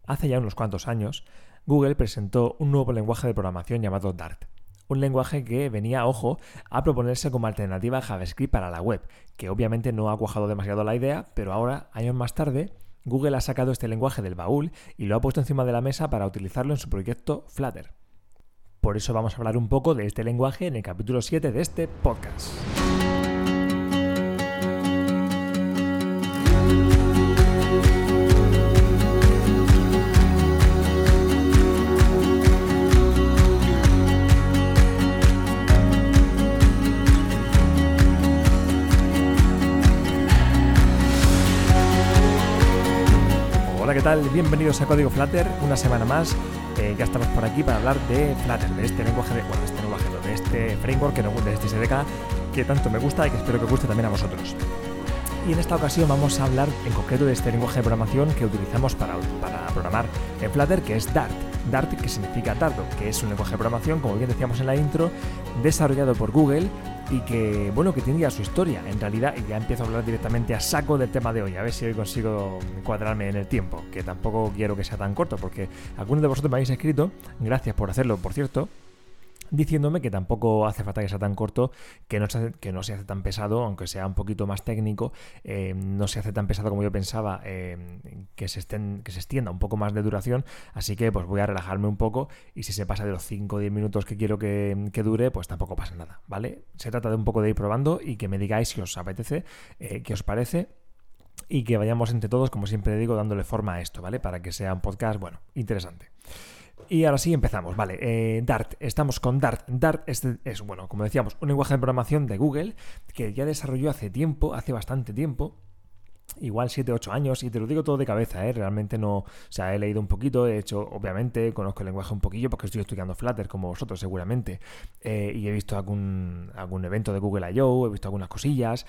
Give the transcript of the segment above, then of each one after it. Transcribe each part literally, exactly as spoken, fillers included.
Hace ya unos cuantos años, Google presentó un nuevo lenguaje de programación llamado Dart. Un lenguaje que venía, ojo, a proponerse como alternativa a JavaScript para la web, que obviamente no ha cuajado demasiado la idea, pero ahora, años más tarde, Google ha sacado este lenguaje del baúl y lo ha puesto encima de la mesa para utilizarlo en su proyecto Flutter. Por eso vamos a hablar un poco de este lenguaje en el capítulo siete de este podcast. Hola, ¿qué tal? Bienvenidos a Código Flutter, una semana más. Eh, ya estamos por aquí para hablar de Flutter, de este lenguaje, de, bueno, de este lenguaje, no, de este framework, que no, de este S D K, que tanto me gusta y que espero que os guste también a vosotros. Y en esta ocasión vamos a hablar en concreto de este lenguaje de programación que utilizamos para, para programar en Flutter, que es Dart. Dart, que significa dardo, que es un lenguaje de programación, como bien decíamos en la intro, desarrollado por Google y que, bueno, que tiene ya su historia. En realidad, y ya empiezo a hablar directamente a saco del tema de hoy, a ver si hoy consigo cuadrarme en el tiempo, que tampoco quiero que sea tan corto, porque algunos de vosotros me habéis escrito, gracias por hacerlo, por cierto, diciéndome que tampoco hace falta que sea tan corto, que no se hace, que no se hace tan pesado, aunque sea un poquito más técnico, eh, no se hace tan pesado como yo pensaba, eh, que, se estén, que se extienda un poco más de duración, así que pues voy a relajarme un poco y si se pasa de los cinco o diez minutos que quiero que, que dure, pues tampoco pasa nada, ¿vale? Se trata de un poco de ir probando y que me digáis si os apetece, eh, qué os parece y que vayamos entre todos, como siempre digo, dándole forma a esto, ¿vale? Para que sea un podcast, bueno, interesante. Y ahora sí empezamos, vale, eh, Dart, estamos con Dart. Dart es, es, bueno, como decíamos, un lenguaje de programación de Google que ya desarrolló hace tiempo, hace bastante tiempo, igual siete u ocho años, y te lo digo todo de cabeza, ¿eh? Realmente no, o sea, he leído un poquito, he hecho, obviamente, conozco el lenguaje un poquillo porque estoy estudiando Flutter como vosotros seguramente, eh, y he visto algún, algún evento de Google I O, he visto algunas cosillas,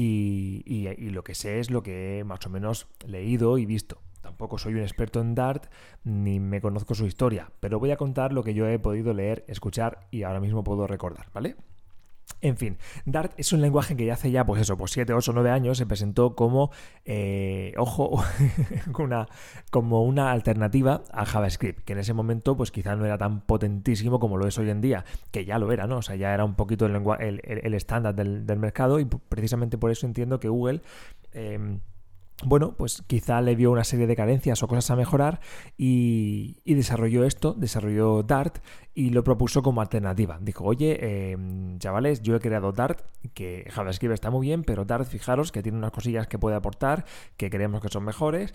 y, y, y lo que sé es lo que he más o menos leído y visto. Tampoco soy un experto en Dart, ni me conozco su historia, pero voy a contar lo que yo he podido leer, escuchar y ahora mismo puedo recordar, ¿vale? En fin, Dart es un lenguaje que ya hace ya, pues eso, pues siete, ocho, nueve años se presentó como, eh, ojo, una, como una alternativa a JavaScript, que en ese momento pues quizá no era tan potentísimo como lo es hoy en día, que ya lo era, ¿no? O sea, ya era un poquito el, lengua- el, el, el estándar del, del mercado y precisamente por eso entiendo que Google... Eh, Bueno, pues quizá le vio una serie de carencias o cosas a mejorar y, y desarrolló esto, desarrolló Dart y lo propuso como alternativa. Dijo, oye, eh, chavales, yo he creado Dart, que JavaScript está muy bien, pero Dart, fijaros que tiene unas cosillas que puede aportar, que creemos que son mejores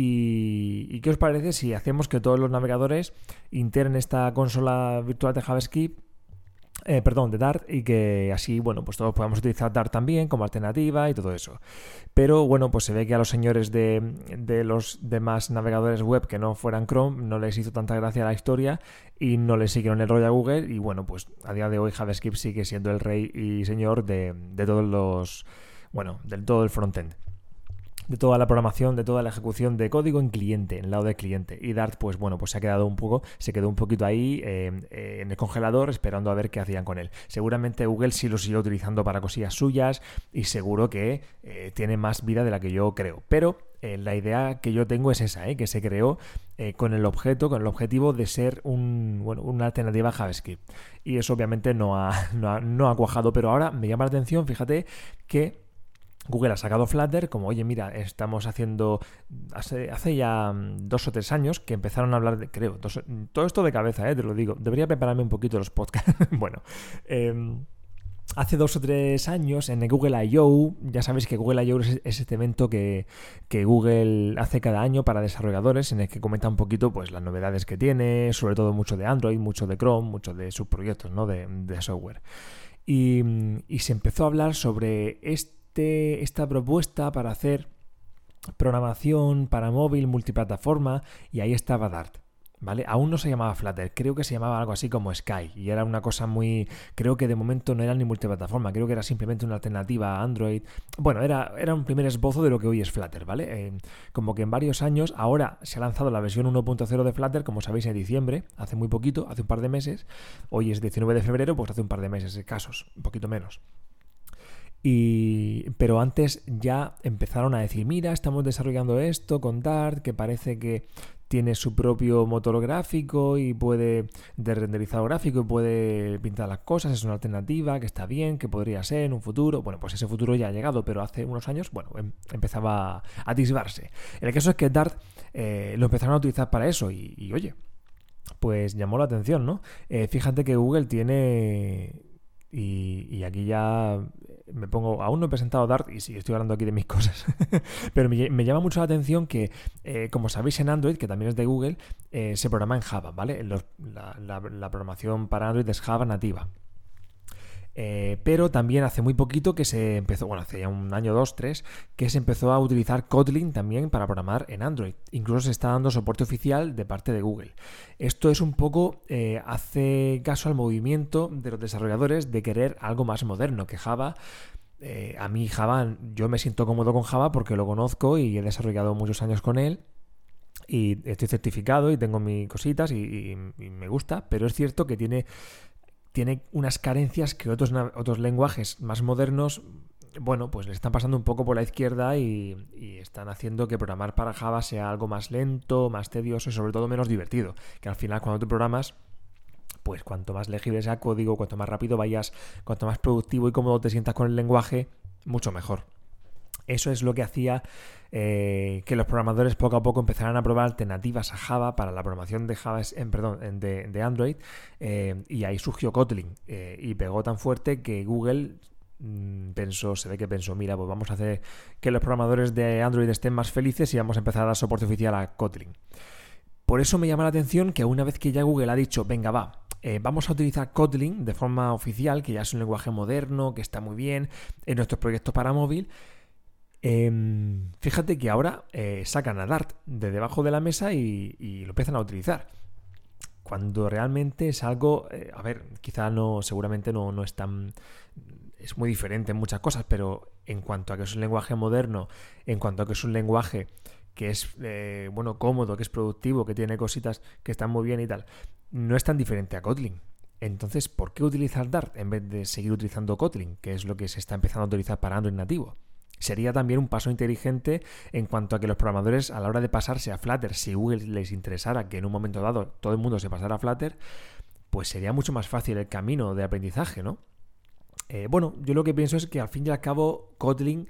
y, y ¿qué os parece si hacemos que todos los navegadores integren esta consola virtual de JavaScript? Eh, perdón, de Dart, y que así, bueno, pues todos podamos utilizar Dart también como alternativa y todo eso. Pero bueno, pues se ve que a los señores de, de los demás navegadores web que no fueran Chrome no les hizo tanta gracia la historia y no les siguieron el rollo a Google y bueno, pues a día de hoy JavaScript sigue siendo el rey y señor de, de todos los, bueno, del todo el frontend. De toda la programación, de toda la ejecución de código en cliente, en el lado del cliente. Y Dart, pues bueno, pues se ha quedado un poco, se quedó un poquito ahí eh, eh, en el congelador esperando a ver qué hacían con él. Seguramente Google sí lo siguió utilizando para cosillas suyas y seguro que eh, tiene más vida de la que yo creo. Pero eh, la idea que yo tengo es esa, eh, que se creó eh, con el objeto, con el objetivo de ser un, bueno, una alternativa a JavaScript. Y eso obviamente no ha, no ha, no ha cuajado, pero ahora me llama la atención, fíjate que Google ha sacado Flutter como, oye, mira, estamos haciendo, hace, hace ya dos o tres años que empezaron a hablar de, creo, dos, todo esto de cabeza, eh, te lo digo, debería prepararme un poquito los podcasts, bueno, eh, hace dos o tres años en el Google I O, ya sabéis que Google I O es, es este evento que, que Google hace cada año para desarrolladores en el que comenta un poquito pues las novedades que tiene, sobre todo mucho de Android, mucho de Chrome, mucho de sus proyectos, ¿no? de, de software. Y, y se empezó a hablar sobre este esta propuesta para hacer programación para móvil multiplataforma y ahí estaba Dart. ¿vale? Aún no se llamaba Flutter, creo que se llamaba algo así como Sky, y era una cosa muy... Creo que de momento no era ni multiplataforma, creo que era simplemente una alternativa a Android. Bueno, era, era un primer esbozo de lo que hoy es Flutter, ¿vale? Eh, como que en varios años, ahora se ha lanzado la versión uno punto cero de Flutter, como sabéis, en diciembre, hace muy poquito, hace un par de meses. Hoy es diecinueve de febrero, pues hace un par de meses escasos, un poquito menos. Y, pero antes ya empezaron a decir, mira, estamos desarrollando esto con Dart, que parece que tiene su propio motor gráfico y puede de renderizado gráfico y puede pintar las cosas, es una alternativa que está bien, que podría ser en un futuro. Bueno, pues ese futuro ya ha llegado, pero hace unos años, bueno, em- empezaba a atisbarse. El caso es que Dart eh, lo empezaron a utilizar para eso y, y oye, pues llamó la atención, ¿no? Eh, fíjate que Google tiene... Y, y aquí ya me pongo, aún no he presentado Dart y sí, estoy hablando aquí de mis cosas, pero me, me llama mucho la atención que, eh, como sabéis en Android, que también es de Google, eh, se programa en Java, ¿vale? Los, la, la, la programación para Android es Java nativa. Eh, pero también hace muy poquito que se empezó, bueno, hace ya un año, dos, tres, que se empezó a utilizar Kotlin también para programar en Android. Incluso se está dando soporte oficial de parte de Google. Esto es un poco, eh, hace caso al movimiento de los desarrolladores de querer algo más moderno que Java. Eh, a mí Java, yo me siento cómodo con Java porque lo conozco y he desarrollado muchos años con él. Y estoy certificado y tengo mis cositas y, y, y me gusta, pero es cierto que tiene... tiene unas carencias que otros, otros lenguajes más modernos, bueno, pues le están pasando un poco por la izquierda y, y están haciendo que programar para Java sea algo más lento, más tedioso y sobre todo menos divertido. Que al final cuando tú programas, pues cuanto más legible sea código, cuanto más rápido vayas, cuanto más productivo y cómodo te sientas con el lenguaje, mucho mejor. Eso es lo que hacía eh, que los programadores poco a poco empezaran a probar alternativas a Java para la programación de Java, en, perdón, de, de Android, eh, y ahí surgió Kotlin eh, y pegó tan fuerte que Google mmm, pensó, se ve que pensó, mira, pues vamos a hacer que los programadores de Android estén más felices y vamos a empezar a dar soporte oficial a Kotlin. Por eso me llama la atención que una vez que ya Google ha dicho, venga, va, Eh, vamos a utilizar Kotlin de forma oficial, que ya es un lenguaje moderno, que está muy bien en nuestros proyectos para móvil. Eh, fíjate que ahora eh, sacan a Dart de debajo de la mesa y, y lo empiezan a utilizar. Cuando realmente es algo, eh, a ver, quizá no, seguramente no, no es tan, es muy diferente en muchas cosas, pero en cuanto a que es un lenguaje moderno, en cuanto a que es un lenguaje que es, eh, bueno, cómodo, que es productivo, que tiene cositas que están muy bien y tal, no es tan diferente a Kotlin. Entonces, ¿por qué utilizar Dart en vez de seguir utilizando Kotlin, que es lo que se está empezando a utilizar para Android nativo? Sería también un paso inteligente en cuanto a que los programadores, a la hora de pasarse a Flutter, si Google les interesara que en un momento dado todo el mundo se pasara a Flutter, pues sería mucho más fácil el camino de aprendizaje, ¿no? Eh, bueno, yo lo que pienso es que al fin y al cabo Kotlin,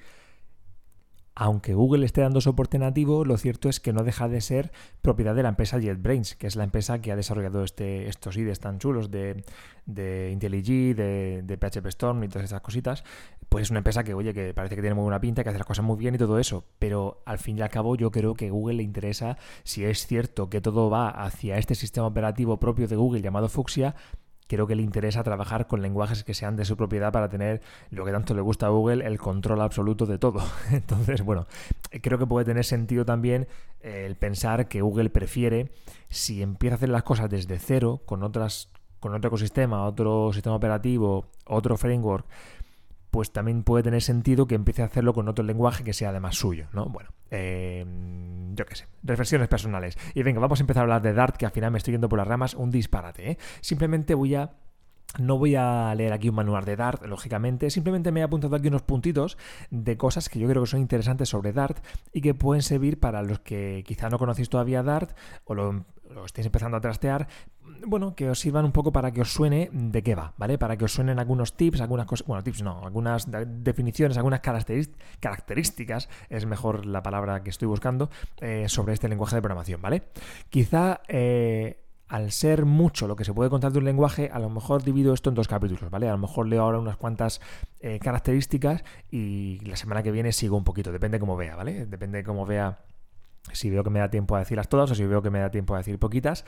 aunque Google esté dando soporte nativo, lo cierto es que no deja de ser propiedad de la empresa JetBrains, que es la empresa que ha desarrollado este, estos I D Es tan chulos de, de IntelliJ, de, de P H P Storm y todas esas cositas. Pues es una empresa que, oye, que parece que tiene muy buena pinta, que hace las cosas muy bien y todo eso. Pero al fin y al cabo yo creo que a Google le interesa, si es cierto que todo va hacia este sistema operativo propio de Google llamado Fuchsia, creo que le interesa trabajar con lenguajes que sean de su propiedad para tener lo que tanto le gusta a Google, el control absoluto de todo. Entonces, bueno, creo que puede tener sentido también el pensar que Google prefiere, si empieza a hacer las cosas desde cero, con otras, con otro ecosistema, otro sistema operativo, otro framework, pues también puede tener sentido que empiece a hacerlo con otro lenguaje que sea además suyo, ¿no? Bueno, eh, yo qué sé, reflexiones personales. Y venga, vamos a empezar a hablar de Dart, que al final me estoy yendo por las ramas, un disparate, ¿eh? Simplemente voy a... No voy a leer aquí un manual de Dart, lógicamente, simplemente me he apuntado aquí unos puntitos de cosas que yo creo que son interesantes sobre Dart y que pueden servir para los que quizá no conocéis todavía Dart o lo, lo estéis empezando a trastear, bueno, que os sirvan un poco para que os suene de qué va, ¿vale? Para que os suenen algunos tips, algunas cosas, bueno, tips no, algunas definiciones, algunas características, es mejor la palabra que estoy buscando, eh, sobre este lenguaje de programación, ¿vale? Quizá... Eh, Al ser mucho lo que se puede contar de un lenguaje, a lo mejor divido esto en dos capítulos, ¿vale? A lo mejor leo ahora unas cuantas eh, características y la semana que viene sigo un poquito, depende de cómo vea, ¿vale? Depende de cómo vea, si veo que me da tiempo a decirlas todas o si veo que me da tiempo a decir poquitas.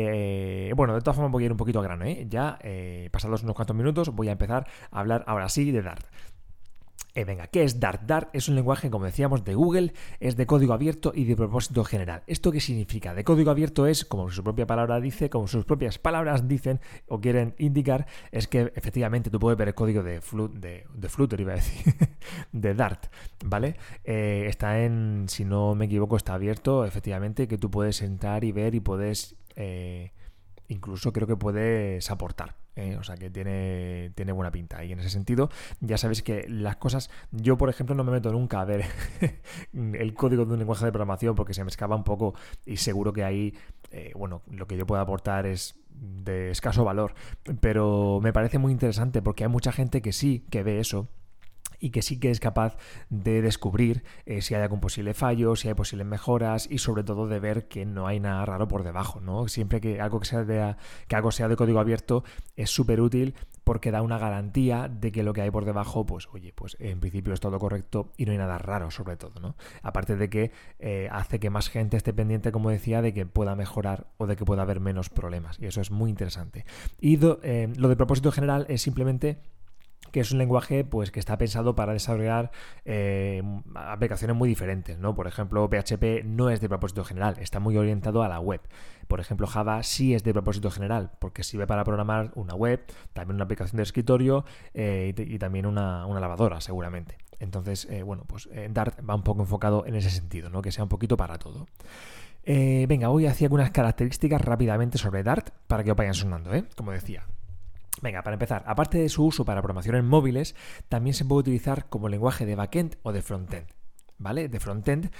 Eh, bueno, de todas formas voy a ir un poquito a grano, ¿eh? Ya, eh, pasados unos cuantos minutos, voy a empezar a hablar ahora sí de Dart. Eh, venga, ¿qué es Dart? Dart es un lenguaje, como decíamos, de Google, es de código abierto y de propósito general. ¿Esto qué significa? De código abierto es, como su propia palabra dice, como sus propias palabras dicen o quieren indicar, es que efectivamente tú puedes ver el código de, Flu, de, de Flutter, iba a decir, de Dart, ¿vale? Eh, está en, si no me equivoco, está abierto, efectivamente, que tú puedes entrar y ver y puedes... Eh, incluso creo que puedes aportar, ¿eh? O sea que tiene, tiene buena pinta. Y en ese sentido, ya sabéis que las cosas... Yo, por ejemplo, no me meto nunca a ver el código de un lenguaje de programación porque se me escapa un poco y seguro que ahí, eh, bueno, lo que yo pueda aportar es de escaso valor. Pero me parece muy interesante porque hay mucha gente que sí, que ve eso y que sí que es capaz de descubrir eh, si hay algún posible fallo, si hay posibles mejoras y sobre todo de ver que no hay nada raro por debajo, ¿no? Siempre que algo que sea de, que algo sea de código abierto es súper útil porque da una garantía de que lo que hay por debajo, pues oye, pues en principio es todo correcto y no hay nada raro sobre todo, ¿no? Aparte de que eh, hace que más gente esté pendiente, como decía, de que pueda mejorar o de que pueda haber menos problemas y eso es muy interesante. Y do, eh, lo de propósito general es simplemente que es un lenguaje pues que está pensado para desarrollar eh, aplicaciones muy diferentes, ¿no? Por ejemplo, P H P no es de propósito general, está muy orientado a la web. Por ejemplo, Java sí es de propósito general, porque sirve para programar una web, también una aplicación de escritorio eh, y, y también una, una lavadora, seguramente. Entonces, eh, bueno, pues eh, Dart va un poco enfocado en ese sentido, ¿no? Que sea un poquito para todo. Eh, venga, voy a hacer algunas características rápidamente sobre Dart para que os vayan sonando, ¿eh? Como decía. Venga, para empezar, aparte de su uso para programación en móviles, también se puede utilizar como lenguaje de backend o de frontend. ¿Vale? De frontend,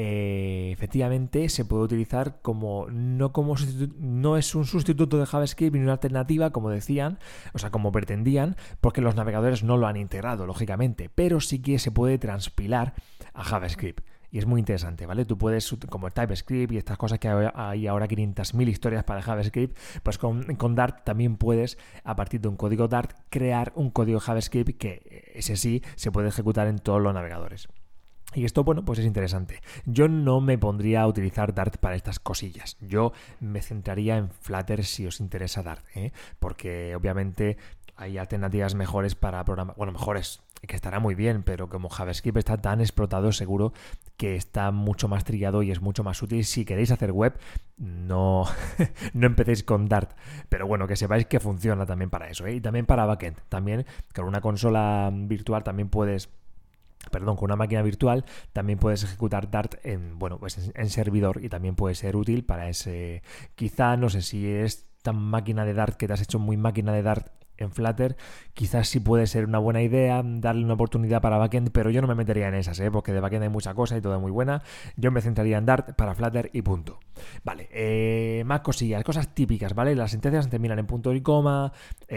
eh, efectivamente se puede utilizar como no como no es un sustituto de JavaScript ni una alternativa, como decían, o sea, como pretendían, porque los navegadores no lo han integrado, lógicamente, pero sí que se puede transpilar a JavaScript. Y es muy interesante, ¿vale? Tú puedes, como el TypeScript y estas cosas que hay ahora quinientas mil historias para JavaScript, pues con, con Dart también puedes, a partir de un código Dart, crear un código JavaScript que ese sí se puede ejecutar en todos los navegadores. Y esto, bueno, pues es interesante. Yo no me pondría a utilizar Dart para estas cosillas. Yo me centraría en Flutter si os interesa Dart, ¿eh? Porque obviamente hay alternativas mejores para programar, bueno, mejores, que estará muy bien, pero como JavaScript está tan explotado, seguro que está mucho más trillado y es mucho más útil. Si queréis hacer web, no, no empecéis con Dart, pero bueno, que sepáis que funciona también para eso, ¿eh? Y también para backend. También con una consola virtual también puedes... Perdón, con una máquina virtual también puedes ejecutar Dart en, bueno, pues en, en servidor y también puede ser útil para ese... Quizá, no sé, si es tan máquina de Dart que te has hecho muy máquina de Dart en Flutter, quizás sí puede ser una buena idea darle una oportunidad para backend, pero yo no me metería en esas, ¿eh? Porque de backend hay mucha cosa y todo muy buena. Yo me centraría en Dart para Flutter y punto. Vale, eh, más cosillas, cosas típicas, ¿vale? Las sentencias terminan en punto y coma,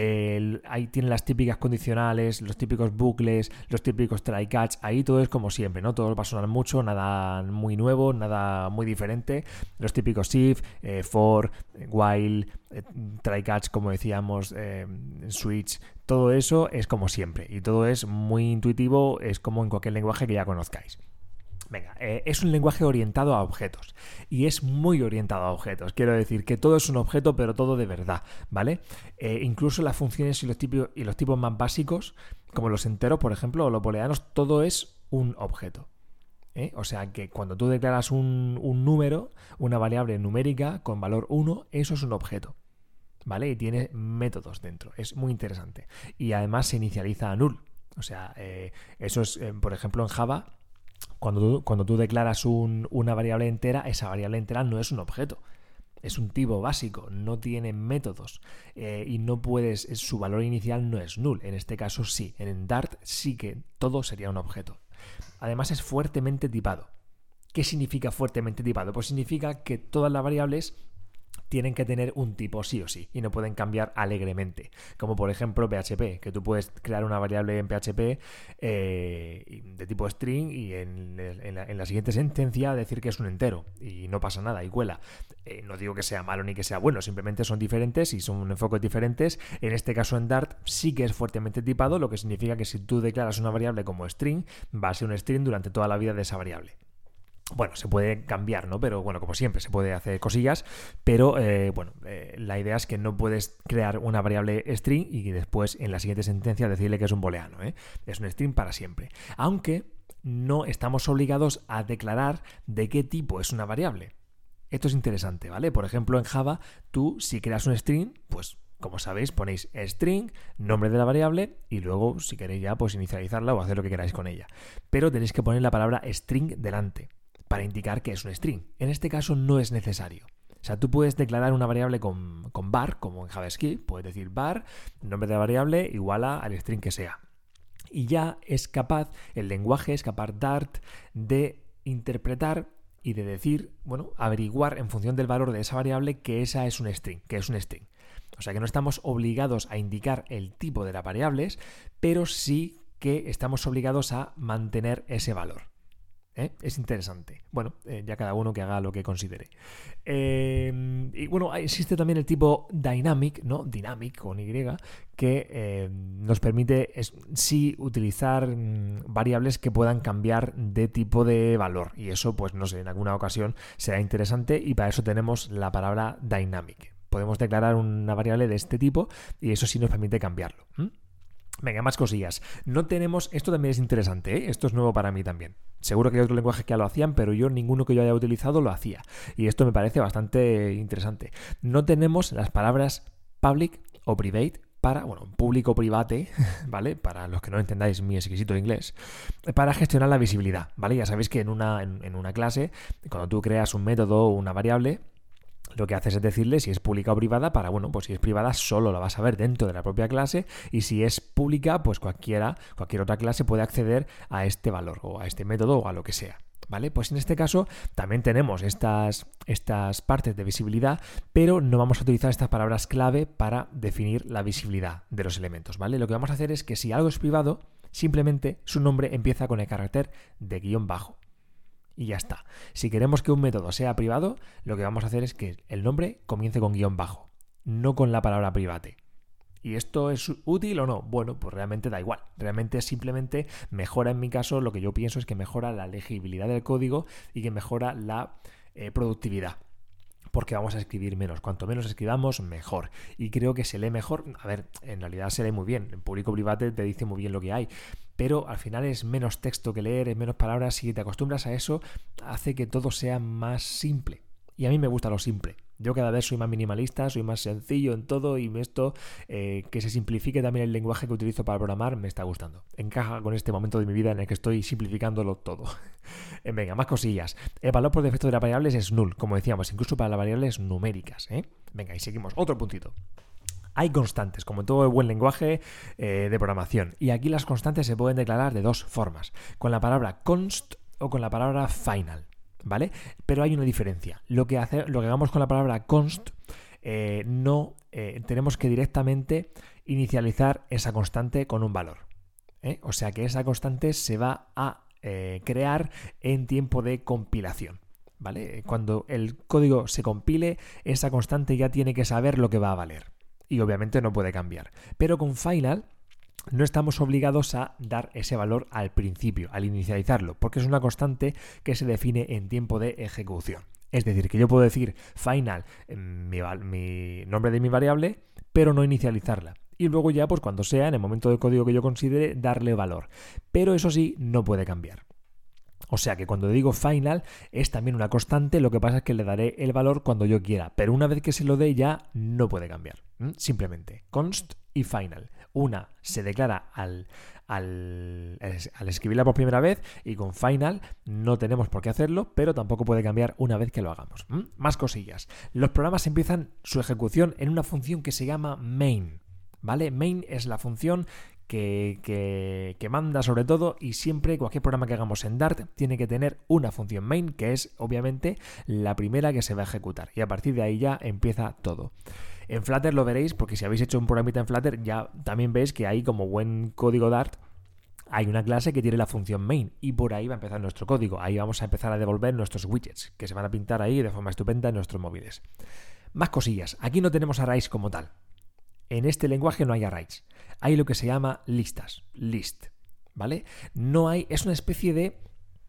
eh, ahí tienen las típicas condicionales, los típicos bucles, los típicos try catch, ahí todo es como siempre, ¿no? Todo va a sonar mucho, nada muy nuevo, nada muy diferente. Los típicos if, eh, for, while, eh, try catch, como decíamos, eh, switch, todo eso es como siempre y todo es muy intuitivo, es como en cualquier lenguaje que ya conozcáis. Venga, eh, es un lenguaje orientado a objetos y es muy orientado a objetos. Quiero decir que todo es un objeto, pero todo de verdad, ¿vale? Eh, incluso las funciones y los, tipos, y los tipos más básicos, como los enteros, por ejemplo, o los booleanos, todo es un objeto. ¿Eh? O sea que cuando tú declaras un, un número, una variable numérica con valor uno, eso es un objeto, ¿vale? Y tiene métodos dentro. Es muy interesante. Y además se inicializa a null. O sea, eh, eso es, eh, por ejemplo, en Java, cuando tú, cuando tú declaras un, una variable entera, esa variable entera no es un objeto. Es un tipo básico, no tiene métodos eh, y no puedes, su valor inicial no es null. En este caso sí, en Dart sí que todo sería un objeto. Además es fuertemente tipado. ¿Qué significa fuertemente tipado? Pues significa que todas las variables tienen que tener un tipo sí o sí y no pueden cambiar alegremente, como por ejemplo P H P, que tú puedes crear una variable en P H P eh, de tipo string y en, en, la, en la siguiente sentencia decir que es un entero y no pasa nada y cuela. Eh, no digo que sea malo ni que sea bueno, simplemente son diferentes y son enfoques diferentes. En este caso en Dart sí que es fuertemente tipado, lo que significa que si tú declaras una variable como string, va a ser un string durante toda la vida de esa variable. Bueno, se puede cambiar, ¿no? Pero bueno, como siempre, se puede hacer cosillas, pero eh, bueno, eh, la idea es que no puedes crear una variable string y después en la siguiente sentencia decirle que es un booleano, ¿eh? Es un string para siempre. Aunque no estamos obligados a declarar de qué tipo es una variable. Esto es interesante, ¿vale? Por ejemplo, en Java, tú si creas un string, pues como sabéis, ponéis string, nombre de la variable y luego, si queréis ya, pues inicializarla o hacer lo que queráis con ella. Pero tenéis que poner la palabra string delante para indicar que es un string. En este caso no es necesario. sea, tú puedes declarar una variable con, con var, como en JavaScript, puedes decir var, nombre de la variable igual a al string que sea. Y ya es capaz, el lenguaje es capaz Dart de interpretar y de decir, bueno, averiguar en función del valor de esa variable que esa es un string, que es un string. O sea que no estamos obligados a indicar el tipo de las variables, pero sí que estamos obligados a mantener ese valor. ¿Eh? Es interesante. Bueno, eh, ya cada uno que haga lo que considere. Eh, y bueno, existe también el tipo Dynamic, ¿no? Dynamic con Y, que eh, nos permite es, sí utilizar mm, variables que puedan cambiar de tipo de valor. Y eso, pues no sé, en alguna ocasión será interesante y para eso tenemos la palabra Dynamic. Podemos declarar una variable de este tipo y eso sí nos permite cambiarlo. ¿Mm? Venga, más cosillas. No tenemos... Esto también es interesante, ¿eh? Esto es nuevo para mí también. Seguro que hay otros lenguajes que ya lo hacían, pero yo ninguno que yo haya utilizado lo hacía. Y esto me parece bastante interesante. No tenemos las palabras public o private para, bueno, público o private, ¿vale? Para los que no entendáis mi exquisito inglés, para gestionar la visibilidad, ¿vale? Ya sabéis que en una, en, en una clase, cuando tú creas un método o una variable, lo que haces es decirle si es pública o privada para, bueno, pues si es privada solo la vas a ver dentro de la propia clase y si es pública, pues cualquiera, cualquier otra clase puede acceder a este valor o a este método o a lo que sea. ¿Vale? Pues en este caso también tenemos estas, estas partes de visibilidad, pero no vamos a utilizar estas palabras clave para definir la visibilidad de los elementos, ¿vale? Lo que vamos a hacer es que si algo es privado, simplemente su nombre empieza con el carácter de guión bajo. Y ya está. Si queremos que un método sea privado, lo que vamos a hacer es que el nombre comience con guión bajo, no con la palabra private. ¿Y esto es útil o no? Bueno, pues realmente da igual. Realmente simplemente mejora, en mi caso, lo que yo pienso es que mejora la legibilidad del código y que mejora la eh, productividad. Porque vamos a escribir menos. Cuanto menos escribamos, mejor. Y creo que se lee mejor. A ver, en realidad se lee muy bien. En público private te dice muy bien lo que hay. Pero al final es menos texto que leer, es menos palabras. Si te acostumbras a eso, hace que todo sea más simple. Y a mí me gusta lo simple. Yo cada vez soy más minimalista, soy más sencillo en todo y esto, eh, que se simplifique también el lenguaje que utilizo para programar, me está gustando. Encaja con este momento de mi vida en el que estoy simplificándolo todo. Venga, más cosillas. El valor por defecto de las variables es null, como decíamos, incluso para las variables numéricas, ¿eh? Venga, y seguimos. Otro puntito. Hay constantes, como en todo buen lenguaje eh, de programación. Y aquí las constantes se pueden declarar de dos formas. Con la palabra const o con la palabra final. ¿Vale? Pero hay una diferencia. Lo que, hace, lo que hagamos con la palabra const, eh, no eh, tenemos que directamente inicializar esa constante con un valor. ¿eh? O sea que esa constante se va a eh, crear en tiempo de compilación. ¿Vale? Cuando el código se compile, esa constante ya tiene que saber lo que va a valer. Y obviamente no puede cambiar. Pero con final no estamos obligados a dar ese valor al principio, al inicializarlo, porque es una constante que se define en tiempo de ejecución. Es decir, que yo puedo decir final, mi, mi nombre de mi variable, pero no inicializarla. Y luego ya, pues cuando sea, en el momento del código que yo considere, darle valor. Pero eso sí, no puede cambiar. O sea que cuando digo final es también una constante, lo que pasa es que le daré el valor cuando yo quiera, pero una vez que se lo dé ya no puede cambiar. ¿Mm? Simplemente const y final. Una se declara al, al, al escribirla por primera vez y con final no tenemos por qué hacerlo, pero tampoco puede cambiar una vez que lo hagamos. ¿Mm? Más cosillas. Los programas empiezan su ejecución en una función que se llama main. ¿Vale? Main es la función Que, que, que manda sobre todo y siempre cualquier programa que hagamos en Dart tiene que tener una función main que es obviamente la primera que se va a ejecutar y a partir de ahí ya empieza todo. En Flutter lo veréis porque si habéis hecho un programita en Flutter ya también veis que hay como buen código Dart hay una clase que tiene la función main y por ahí va a empezar nuestro código. Ahí vamos a empezar a devolver nuestros widgets que se van a pintar ahí de forma estupenda en nuestros móviles. Más cosillas. Aquí no tenemos arrays como tal. En este lenguaje no hay arrays. Hay lo que se llama listas, list, ¿vale? No hay, es una especie de...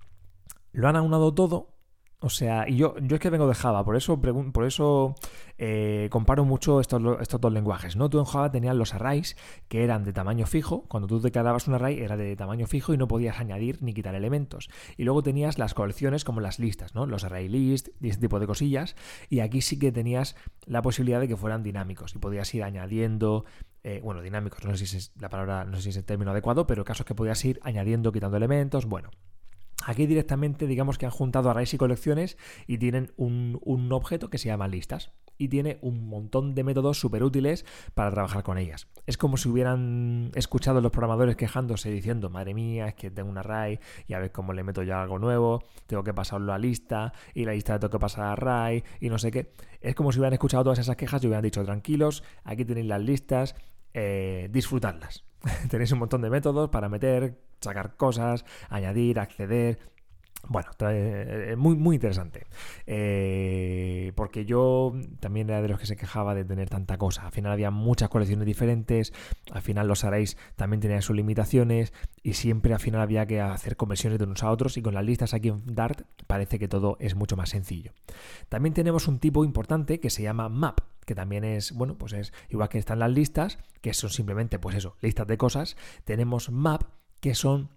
Lo han aunado todo, o sea, y yo, yo es que vengo de Java, por eso, por eso eh, comparo mucho estos, estos dos lenguajes, ¿no? Tú en Java tenías los arrays que eran de tamaño fijo, cuando tú declarabas un array era de tamaño fijo y no podías añadir ni quitar elementos. Y luego tenías las colecciones como las listas, ¿no? Los array list y ese tipo de cosillas, y aquí sí que tenías la posibilidad de que fueran dinámicos y podías ir añadiendo... Eh, bueno, dinámicos, no sé si es la palabra, no sé si es el término adecuado, pero casos que podías ir añadiendo, quitando elementos, bueno. Aquí directamente digamos que han juntado arrays y colecciones y tienen un, un objeto que se llama listas y tiene un montón de métodos súper útiles para trabajar con ellas. Es como si hubieran escuchado a los programadores quejándose diciendo, madre mía, es que tengo un array y a ver cómo le meto ya algo nuevo, tengo que pasarlo a lista y la lista la tengo que pasar a array y no sé qué. Es como si hubieran escuchado todas esas quejas y hubieran dicho, tranquilos, aquí tenéis las listas, eh, disfrutadlas. Tenéis un montón de métodos para meter, sacar cosas, añadir, acceder. Bueno, trae, muy, muy interesante. Eh, porque yo también era de los que se quejaba de tener tanta cosa. Al final había muchas colecciones diferentes. Al final los arrays también tenían sus limitaciones. Y siempre al final había que hacer conversiones de unos a otros. Y con las listas aquí en Dart parece que todo es mucho más sencillo. También tenemos un tipo importante que se llama map, que también es, bueno, pues es igual que están las listas, que son simplemente, pues eso, listas de cosas. Tenemos map, que son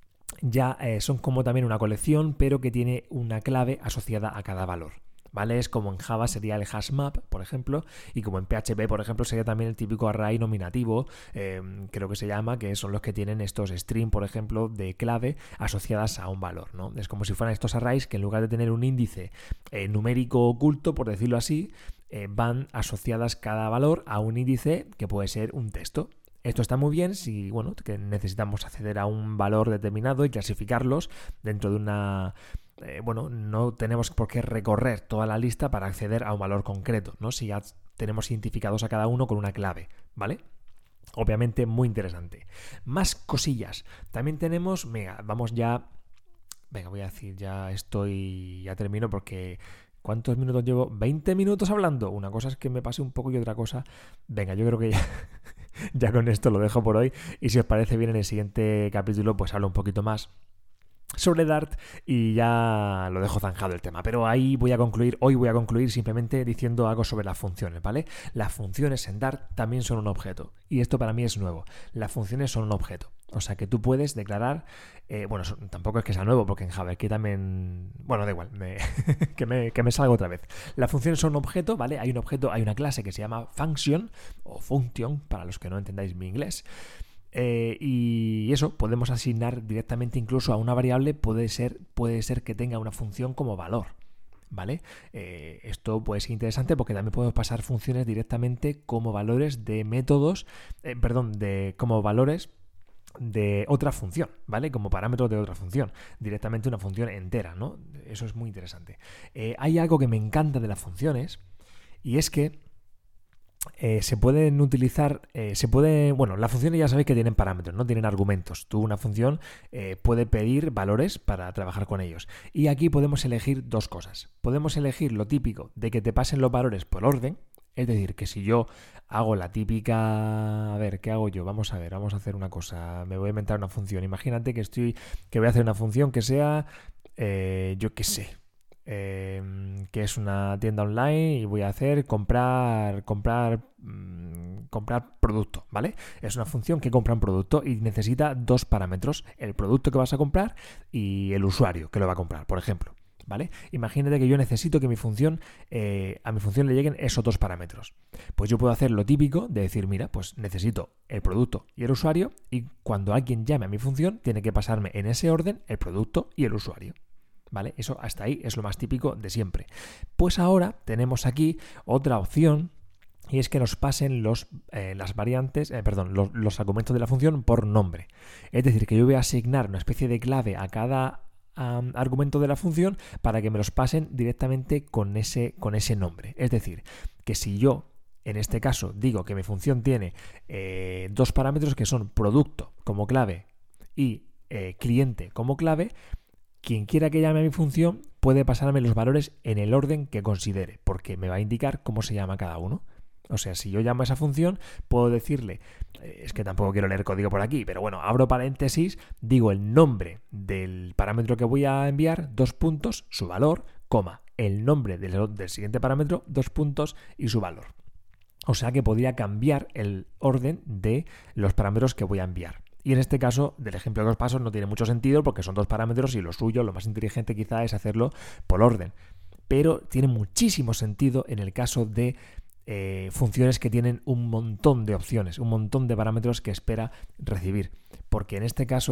ya eh, son como también una colección, pero que tiene una clave asociada a cada valor, ¿vale? Es como en Java sería el hash map, por ejemplo, y como en P H P, por ejemplo, sería también el típico array nominativo, eh, creo que se llama, que son los que tienen estos string, por ejemplo, de clave asociadas a un valor, ¿no? Es como si fueran estos arrays que en lugar de tener un índice eh, numérico oculto, por decirlo así, eh, van asociadas cada valor a un índice que puede ser un texto. Esto está muy bien si, bueno, que necesitamos acceder a un valor determinado y clasificarlos dentro de una... Eh, bueno, no tenemos por qué recorrer toda la lista para acceder a un valor concreto, ¿no? Si ya tenemos identificados a cada uno con una clave, ¿vale? Obviamente muy interesante. Más cosillas. También tenemos... Venga, vamos ya... Venga, voy a decir, ya estoy... Ya termino porque... ¿Cuántos minutos llevo? veinte minutos hablando. Una cosa es que me pase un poco y otra cosa... Venga, yo creo que ya... Ya con esto lo dejo por hoy y si os parece bien en el siguiente capítulo pues hablo un poquito más sobre Dart y ya lo dejo zanjado el tema. Pero ahí voy a concluir, hoy voy a concluir simplemente diciendo algo sobre las funciones, ¿vale? Las funciones en Dart también son un objeto y esto para mí es nuevo. Las funciones son un objeto. O sea que tú puedes declarar, eh, bueno, tampoco es que sea nuevo porque en Java aquí también, bueno, da igual, me, que, me, que me salga otra vez. Las funciones son un objeto, ¿vale? Hay un objeto, hay una clase que se llama function o function, para los que no entendáis mi inglés. Eh, y eso, podemos asignar directamente incluso a una variable, puede ser, puede ser que tenga una función como valor. ¿Vale? Eh, esto puede ser interesante porque también podemos pasar funciones directamente como valores de métodos, eh, perdón, de como valores de otra función, ¿vale? Como parámetros de otra función, directamente una función entera, ¿no? Eso es muy interesante. Eh, hay algo que me encanta de las funciones y es que Eh, se pueden utilizar, eh, se puede, bueno, las funciones ya sabéis que tienen parámetros, no tienen argumentos. Tú una función eh, puede pedir valores para trabajar con ellos. Y aquí podemos elegir dos cosas. Podemos elegir lo típico de que te pasen los valores por orden, es decir, que si yo hago la típica, a ver, ¿qué hago yo? Vamos a ver, vamos a hacer una cosa. Me voy a inventar una función. Imagínate que estoy, que voy a hacer una función que sea, eh, yo qué sé. Eh, que es una tienda online y voy a hacer comprar comprar mmm, comprar producto, ¿vale? Es una función que compra un producto y necesita dos parámetros, el producto que vas a comprar y el usuario que lo va a comprar, por ejemplo, ¿vale? Imagínate que yo necesito que mi función eh, a mi función le lleguen esos dos parámetros. Pues yo puedo hacer lo típico de decir, mira, pues necesito el producto y el usuario y cuando alguien llame a mi función tiene que pasarme en ese orden el producto y el usuario. ¿Vale? Eso hasta ahí es lo más típico de siempre. Pues ahora tenemos aquí otra opción y es que nos pasen los, eh, las variantes, eh, perdón, los, los argumentos de la función por nombre. Es decir, que yo voy a asignar una especie de clave a cada um, argumento de la función para que me los pasen directamente con ese, con ese nombre. Es decir, que si yo en este caso digo que mi función tiene eh, dos parámetros que son producto como clave y eh, cliente como clave, quien quiera que llame a mi función puede pasarme los valores en el orden que considere, porque me va a indicar cómo se llama cada uno. O sea, si yo llamo a esa función, puedo decirle, eh, es que tampoco quiero leer código por aquí, pero bueno, abro paréntesis, digo el nombre del parámetro que voy a enviar, dos puntos, su valor, coma, el nombre del, del siguiente parámetro, dos puntos y su valor. O sea que podría cambiar el orden de los parámetros que voy a enviar. Y en este caso, del ejemplo de dos pasos, no tiene mucho sentido porque son dos parámetros y lo suyo, lo más inteligente quizá es hacerlo por orden. Pero tiene muchísimo sentido en el caso de eh, funciones que tienen un montón de opciones, un montón de parámetros que espera recibir. Porque en este caso,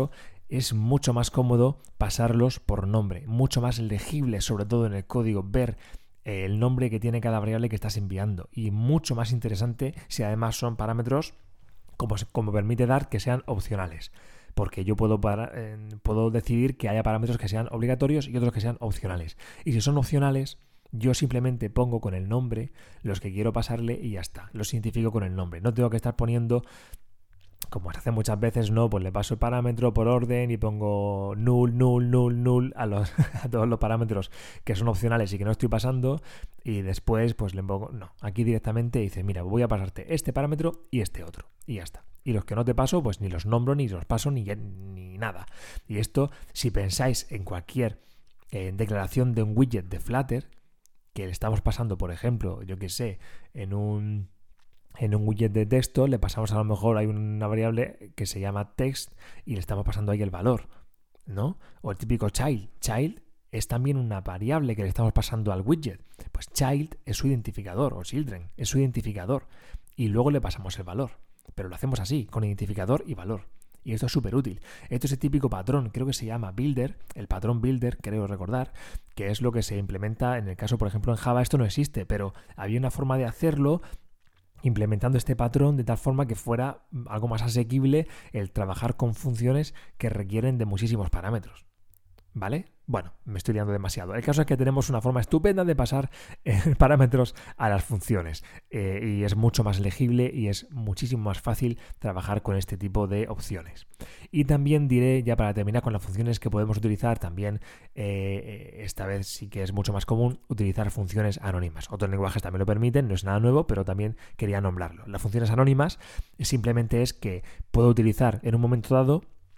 es mucho más cómodo pasarlos por nombre, mucho más legible, sobre todo en el código, ver el nombre que tiene cada variable que estás enviando, y mucho más interesante si además son parámetros como, como permite Dart que sean opcionales, porque yo puedo, para, eh, puedo decidir que haya parámetros que sean obligatorios y otros que sean opcionales, y si son opcionales yo simplemente pongo con el nombre los que quiero pasarle y ya está, los identifico con el nombre, no tengo que estar poniendo, como se hace muchas veces, no, pues le paso el parámetro por orden y pongo null, null, null, null a, los, a todos los parámetros que son opcionales y que no estoy pasando, y después pues le pongo, no, aquí directamente dice, mira, voy a pasarte este parámetro y este otro, y ya está. Y los que no te paso, pues ni los nombro, ni los paso, ni, ni nada. Y esto, si pensáis en cualquier eh, declaración de un widget de Flutter, que le estamos pasando, por ejemplo, yo que sé, en un... En un widget de texto le pasamos, a lo mejor hay una variable que se llama text y le estamos pasando ahí el valor, ¿no? O el típico child. Child es también una variable que le estamos pasando al widget. Pues child es su identificador, o children es su identificador. Y luego le pasamos el valor. Pero lo hacemos así, con identificador y valor. Y esto es súper útil. Esto es el típico patrón, creo que se llama builder, el patrón builder, creo recordar, que es lo que se implementa en el caso, por ejemplo, en Java esto no existe, pero había una forma de hacerlo implementando este patrón de tal forma que fuera algo más asequible el trabajar con funciones que requieren de muchísimos parámetros. ¿Vale? Bueno, me estoy liando demasiado. El caso es que tenemos una forma estupenda de pasar eh, parámetros a las funciones eh, y es mucho más legible y es muchísimo más fácil trabajar con este tipo de opciones. Y también diré, ya para terminar, con las funciones que podemos utilizar también, eh, esta vez sí que es mucho más común utilizar funciones anónimas. Otros lenguajes también lo permiten, no es nada nuevo, pero también quería nombrarlo. Las funciones anónimas simplemente es que puedo utilizar en un momento dado,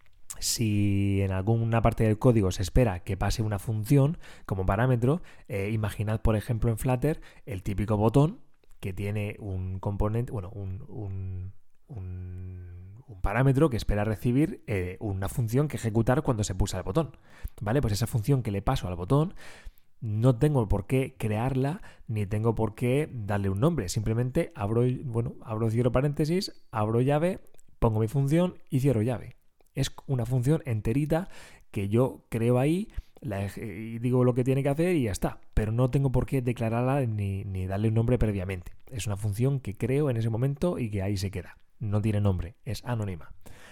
si en alguna parte del código se espera que pase una función como parámetro, eh, imaginad por ejemplo en Flutter el típico botón que tiene un componente, bueno, un, un, un, un parámetro que espera recibir eh, una función que ejecutar cuando se pulsa el botón, ¿vale? Pues esa función que le paso al botón no tengo por qué crearla ni tengo por qué darle un nombre, simplemente abro, bueno, abro, cierro paréntesis, abro llave, pongo mi función y cierro llave. Es una función enterita que yo creo ahí la, y digo lo que tiene que hacer y ya está. Pero no tengo por qué declararla ni, ni darle un nombre previamente. Es una función que creo en ese momento y que ahí se queda. No tiene nombre, es anónima.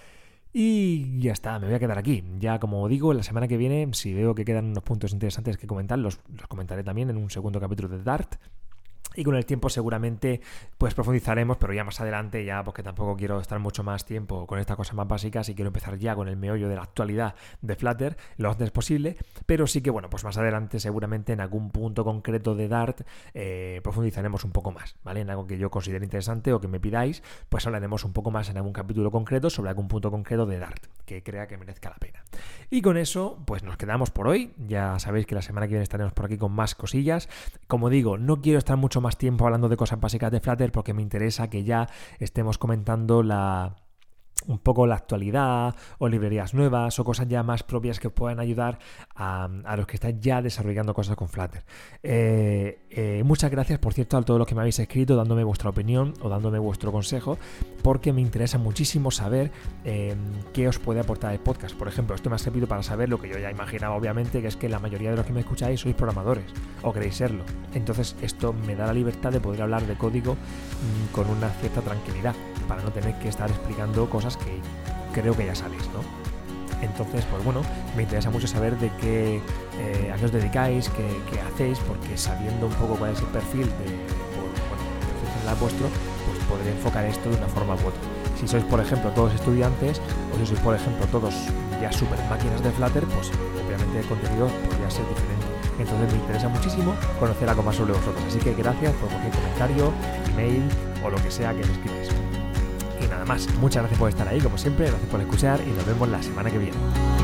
Y ya está, me voy a quedar aquí. Ya como digo, la semana que viene, si veo que quedan unos puntos interesantes que comentar, los, los comentaré también en un segundo capítulo de Dart. Y con el tiempo seguramente pues profundizaremos, pero ya más adelante, ya porque tampoco quiero estar mucho más tiempo con estas cosas más básicas y quiero empezar ya con el meollo de la actualidad de Flutter lo antes posible, pero sí que bueno, pues más adelante seguramente en algún punto concreto de Dart eh, profundizaremos un poco más, ¿vale? En algo que yo considere interesante o que me pidáis, pues hablaremos un poco más en algún capítulo concreto sobre algún punto concreto de Dart que crea que merezca la pena. Y con eso, pues nos quedamos por hoy. Ya sabéis que la semana que viene estaremos por aquí con más cosillas. Como digo, no quiero estar mucho más tiempo hablando de cosas básicas de Flutter porque me interesa que ya estemos comentando la... un poco la actualidad o librerías nuevas o cosas ya más propias que puedan ayudar a, a los que están ya desarrollando cosas con Flutter. Eh, eh, muchas gracias, por cierto, a todos los que me habéis escrito dándome vuestra opinión o dándome vuestro consejo, porque me interesa muchísimo saber eh, qué os puede aportar el podcast. Por ejemplo, esto me ha servido para saber lo que yo ya imaginaba, obviamente, que es que la mayoría de los que me escucháis sois programadores o queréis serlo. Entonces esto me da la libertad de poder hablar de código mmm, con una cierta tranquilidad, para no tener que estar explicando cosas que creo que ya sabéis, ¿no? Entonces, pues bueno, me interesa mucho saber de qué, eh, a qué os dedicáis, qué, qué hacéis, porque sabiendo un poco cuál es el perfil de, por, bueno, el vuestro, pues podré enfocar esto de una forma u otra. Si sois, por ejemplo, todos estudiantes, o si sois, por ejemplo, todos ya super máquinas de Flutter, pues obviamente el contenido podría ser diferente. Entonces me interesa muchísimo conocer algo más sobre vosotros. Así que gracias por cualquier comentario, email o lo que sea que me escribáis. Y nada más, muchas gracias por estar ahí, como siempre, gracias por escuchar y nos vemos la semana que viene.